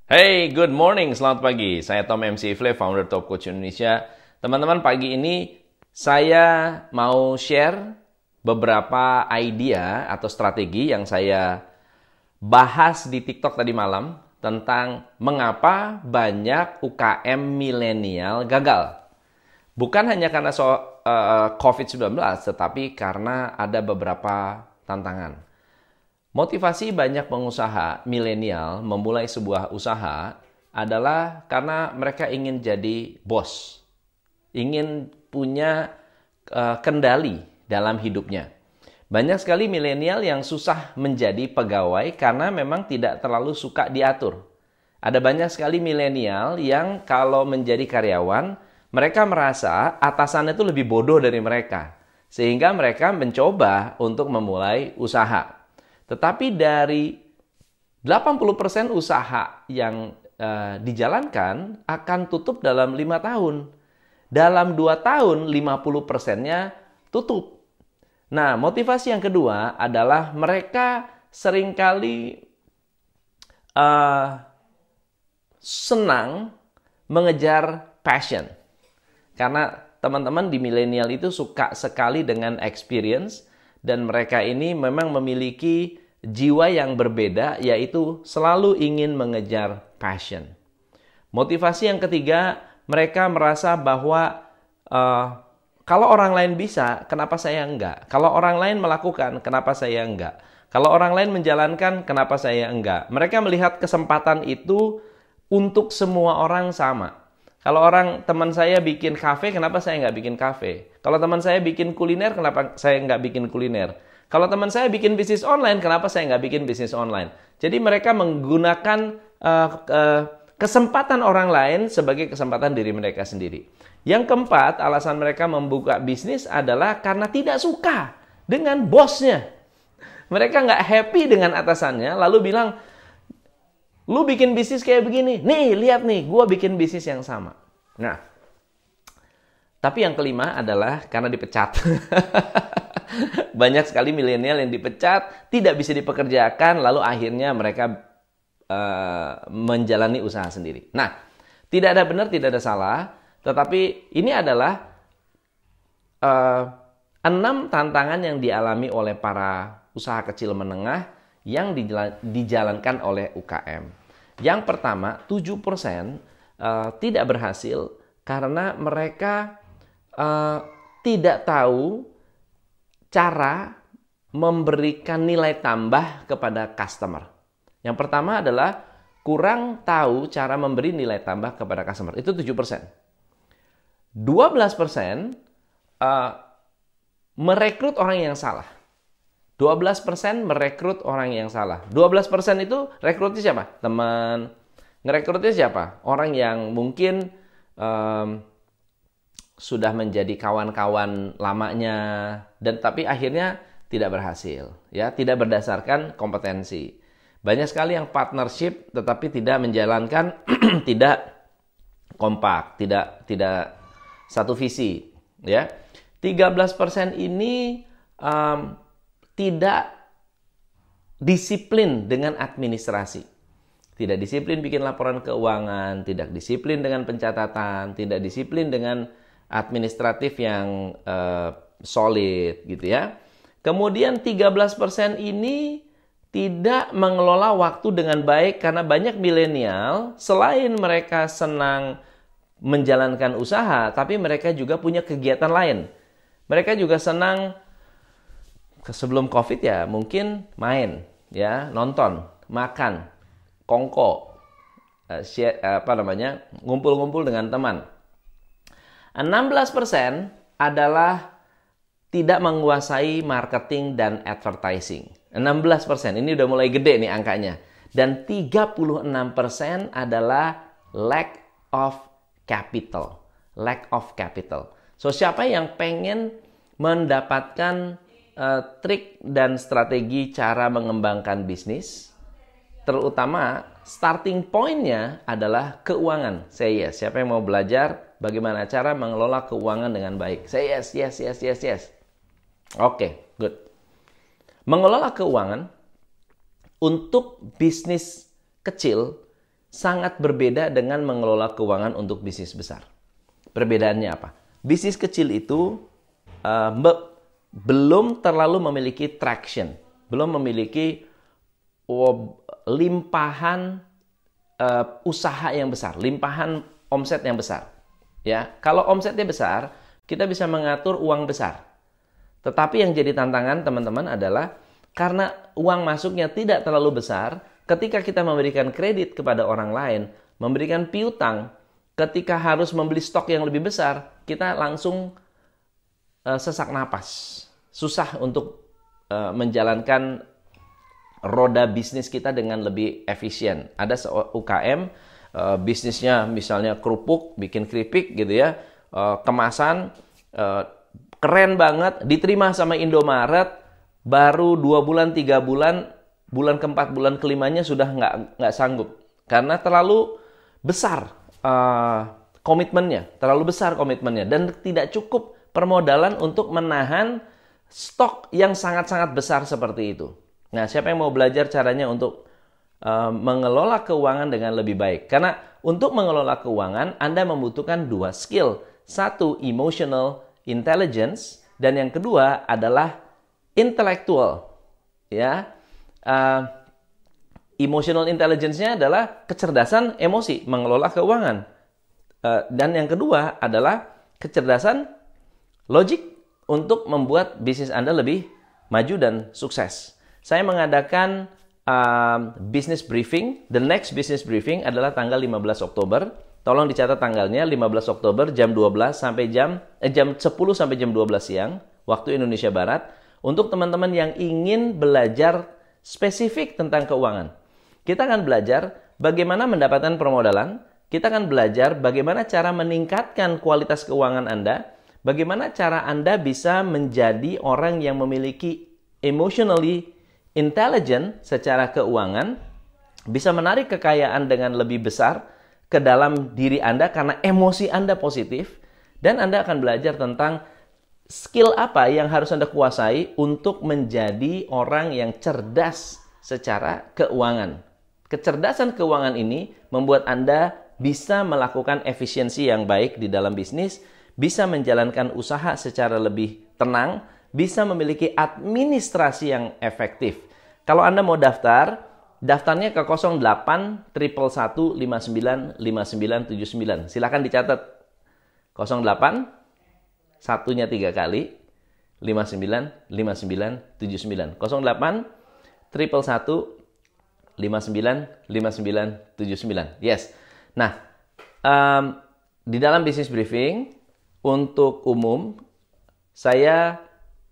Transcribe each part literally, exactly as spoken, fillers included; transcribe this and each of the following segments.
Hey, good morning, selamat pagi. Saya Tom M C Ifle, founder Top Coach Indonesia. Teman-teman, pagi ini saya mau share beberapa idea atau strategi yang saya bahas di TikTok tadi malam tentang mengapa banyak U K M milenial gagal. Bukan hanya karena so, uh, covid sembilan belas, tetapi karena ada beberapa tantangan. Motivasi banyak pengusaha milenial memulai sebuah usaha adalah karena mereka ingin jadi bos, ingin punya uh, kendali dalam hidupnya. Banyak sekali milenial yang susah menjadi pegawai karena memang tidak terlalu suka diatur. Ada banyak sekali milenial yang kalau menjadi karyawan, mereka merasa atasannya itu lebih bodoh dari mereka. Sehingga mereka mencoba untuk memulai usaha. Tetapi dari delapan puluh persen usaha yang uh, dijalankan akan tutup dalam lima tahun. Dalam dua tahun, lima puluh persennya tutup. Nah, motivasi yang kedua adalah mereka seringkali uh, senang mengejar passion. Karena teman-teman di milenial itu suka sekali dengan experience. Dan mereka ini memang memiliki jiwa yang berbeda, yaitu selalu ingin mengejar passion. Motivasi yang ketiga, mereka merasa bahwa uh, kalau orang lain bisa, kenapa saya enggak? Kalau orang lain melakukan, kenapa saya enggak? Kalau orang lain menjalankan, kenapa saya enggak? Mereka melihat kesempatan itu untuk semua orang sama. Kalau orang teman saya bikin kafe, kenapa saya nggak bikin kafe? Kalau teman saya bikin kuliner, kenapa saya nggak bikin kuliner? Kalau teman saya bikin bisnis online, kenapa saya nggak bikin bisnis online? Jadi mereka menggunakan uh, uh, kesempatan orang lain sebagai kesempatan diri mereka sendiri. Yang keempat, alasan mereka membuka bisnis adalah karena tidak suka dengan bosnya. Mereka nggak happy dengan atasannya, lalu bilang, lu bikin bisnis kayak begini, nih lihat nih, gue bikin bisnis yang sama. Nah, tapi yang kelima adalah karena dipecat. Banyak sekali milenial yang dipecat, tidak bisa dipekerjakan, lalu akhirnya mereka uh, menjalani usaha sendiri. Nah, tidak ada benar, tidak ada salah, tetapi ini adalah uh, enam tantangan yang dialami oleh para usaha kecil menengah yang dijalankan oleh U K M. Yang pertama, tujuh persen uh, tidak berhasil karena mereka uh, tidak tahu cara memberikan nilai tambah kepada customer. Yang pertama adalah kurang tahu cara memberi nilai tambah kepada customer. Itu tujuh persen. dua belas persen uh, merekrut orang yang salah. dua belas persen merekrut orang yang salah. dua belas persen itu rekrutnya siapa? Teman. Ngerekrutnya siapa? Orang yang mungkin um, sudah menjadi kawan-kawan lamanya dan tapi akhirnya tidak berhasil, ya, tidak berdasarkan kompetensi. Banyak sekali yang partnership tetapi tidak menjalankan tidak kompak, tidak tidak satu visi, ya. tiga belas persen ini um, tidak disiplin dengan administrasi. Tidak disiplin bikin laporan keuangan, tidak disiplin dengan pencatatan, tidak disiplin dengan administratif yang uh, solid gitu ya. Kemudian tiga belas persen ini tidak mengelola waktu dengan baik karena banyak milenial selain mereka senang menjalankan usaha, tapi mereka juga punya kegiatan lain. Mereka juga senang sebelum COVID ya mungkin main, ya nonton, makan, kongko, uh, share, uh, apa namanya, ngumpul-ngumpul dengan teman. enam belas persen adalah tidak menguasai marketing dan advertising. enam belas persen ini udah mulai gede nih angkanya. Dan tiga puluh enam persen adalah lack of capital. Lack of capital. So siapa yang pengen mendapatkan Uh, trik dan strategi cara mengembangkan bisnis, terutama starting point-nya adalah keuangan. Say yes. Siapa yang mau belajar bagaimana cara mengelola keuangan dengan baik? Say yes, yes, yes, yes, yes. Oke, okay, good. Mengelola keuangan untuk bisnis kecil sangat berbeda dengan mengelola keuangan untuk bisnis besar. Perbedaannya apa? Bisnis kecil itu uh, belum terlalu memiliki traction, belum memiliki oh, limpahan uh, usaha yang besar, limpahan omset yang besar. Ya, kalau omsetnya besar, kita bisa mengatur uang besar. Tetapi yang jadi tantangan teman-teman adalah karena uang masuknya tidak terlalu besar, ketika kita memberikan kredit kepada orang lain, memberikan piutang, ketika harus membeli stok yang lebih besar, kita langsung uh, sesak napas. Susah untuk uh, menjalankan roda bisnis kita dengan lebih efisien. Ada U K M, uh, bisnisnya misalnya kerupuk, bikin keripik gitu ya, uh, kemasan, uh, keren banget, diterima sama Indomaret, baru dua bulan, tiga bulan, bulan keempat, bulan kelimanya sudah nggak nggak sanggup. Karena terlalu besar uh, komitmennya, terlalu besar komitmennya. Dan tidak cukup permodalan untuk menahan stok yang sangat-sangat besar seperti itu. Nah, siapa yang mau belajar caranya untuk uh, mengelola keuangan dengan lebih baik? Karena untuk mengelola keuangan, Anda membutuhkan dua skill. Satu, emotional intelligence. Dan yang kedua adalah intellectual. Ya, Uh, emotional intelligence-nya adalah kecerdasan emosi, mengelola keuangan. Uh, dan yang kedua adalah kecerdasan logik untuk membuat bisnis Anda lebih maju dan sukses. Saya mengadakan uh, business briefing. The next business briefing adalah tanggal lima belas Oktober. Tolong dicatat tanggalnya, lima belas Oktober jam dua belas sampai jam eh, jam sepuluh sampai jam dua belas siang waktu Indonesia Barat, untuk teman-teman yang ingin belajar spesifik tentang keuangan. Kita akan belajar bagaimana mendapatkan permodalan, kita akan belajar bagaimana cara meningkatkan kualitas keuangan Anda, bagaimana cara Anda bisa menjadi orang yang memiliki emotionally intelligent secara keuangan, bisa menarik kekayaan dengan lebih besar ke dalam diri Anda karena emosi Anda positif, dan Anda akan belajar tentang skill apa yang harus Anda kuasai untuk menjadi orang yang cerdas secara keuangan. Kecerdasan keuangan ini membuat Anda bisa melakukan efisiensi yang baik di dalam bisnis, bisa menjalankan usaha secara lebih tenang, bisa memiliki administrasi yang efektif. Kalau Anda mau daftar, daftarnya ke nol delapan satu satu lima sembilan lima sembilan tujuh sembilan. Silakan dicatat. nol delapan satunya tiga kali, lima sembilan lima sembilan tujuh sembilan. nol delapan satu satu lima sembilan lima sembilan tujuh sembilan. Yes. Nah, um, di dalam business briefing untuk umum, saya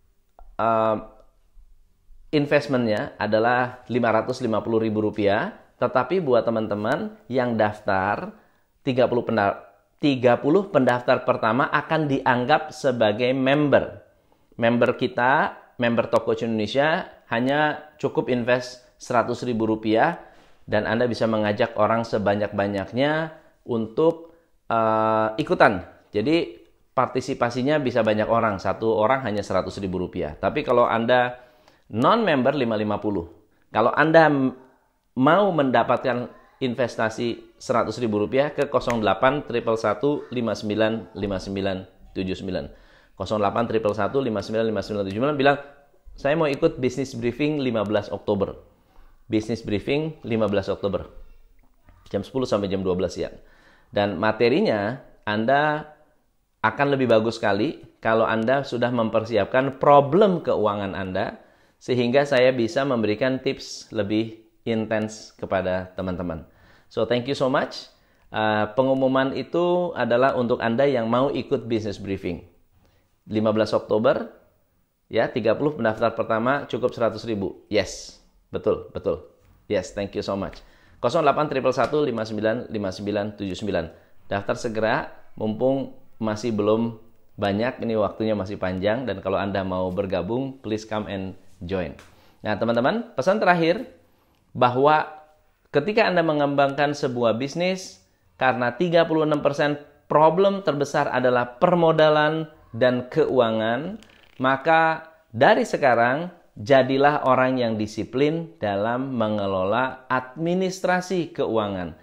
um, investmentnya adalah lima ratus lima puluh ribu rupiah, tetapi buat teman-teman yang daftar, tiga puluh pendaftar tiga puluh pendaftar pertama akan dianggap sebagai member. Member kita, member Top Coach Indonesia, hanya cukup invest seratus ribu rupiah dan Anda bisa mengajak orang sebanyak-banyaknya untuk uh, ikutan. Jadi partisipasinya bisa banyak orang, satu orang hanya seratus ribu rupiah. Tapi kalau Anda non-member lima ratus lima puluh. Kalau Anda mau mendapatkan investasi seratus ribu rupiah ke nol delapan satu satu lima sembilan lima sembilan tujuh sembilan. nol delapan satu satu lima sembilan lima sembilan tujuh sembilan bilang, saya mau ikut business briefing lima belas Oktober. Business briefing lima belas Oktober. Jam sepuluh sampai jam dua belas siang. Dan materinya Anda akan lebih bagus sekali kalau Anda sudah mempersiapkan problem keuangan Anda, sehingga saya bisa memberikan tips lebih intens kepada teman-teman. So, thank you so much. Uh, pengumuman itu adalah untuk Anda yang mau ikut business briefing. lima belas Oktober, ya, tiga puluh pendaftar pertama cukup seratus ribu. Yes, betul, betul. Yes, thank you so much. nol delapan satu satu lima sembilan lima sembilan tujuh sembilan. Daftar segera, mumpung masih belum banyak, ini waktunya masih panjang, dan kalau Anda mau bergabung, please come and join. Nah, teman-teman, pesan terakhir, bahwa ketika Anda mengembangkan sebuah bisnis, karena tiga puluh enam persen problem terbesar adalah permodalan dan keuangan, maka dari sekarang jadilah orang yang disiplin dalam mengelola administrasi keuangan.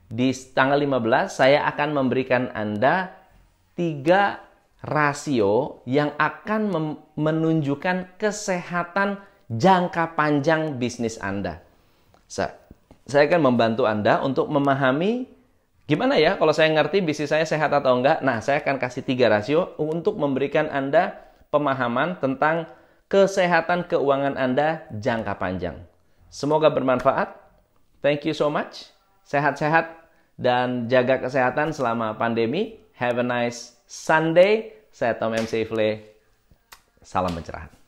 Di tanggal lima belas saya akan memberikan Anda tiga rasio yang akan menunjukkan kesehatan jangka panjang bisnis Anda. Saya akan membantu Anda untuk memahami gimana ya kalau saya ngerti bisnis saya sehat atau enggak. Nah, saya akan kasih tiga rasio untuk memberikan Anda pemahaman tentang kesehatan keuangan Anda jangka panjang. Semoga bermanfaat. Thank you so much. Sehat-sehat dan jaga kesehatan selama pandemi. Have a nice Sunday. Saya Tom M. Saifle. Salam pencerahan.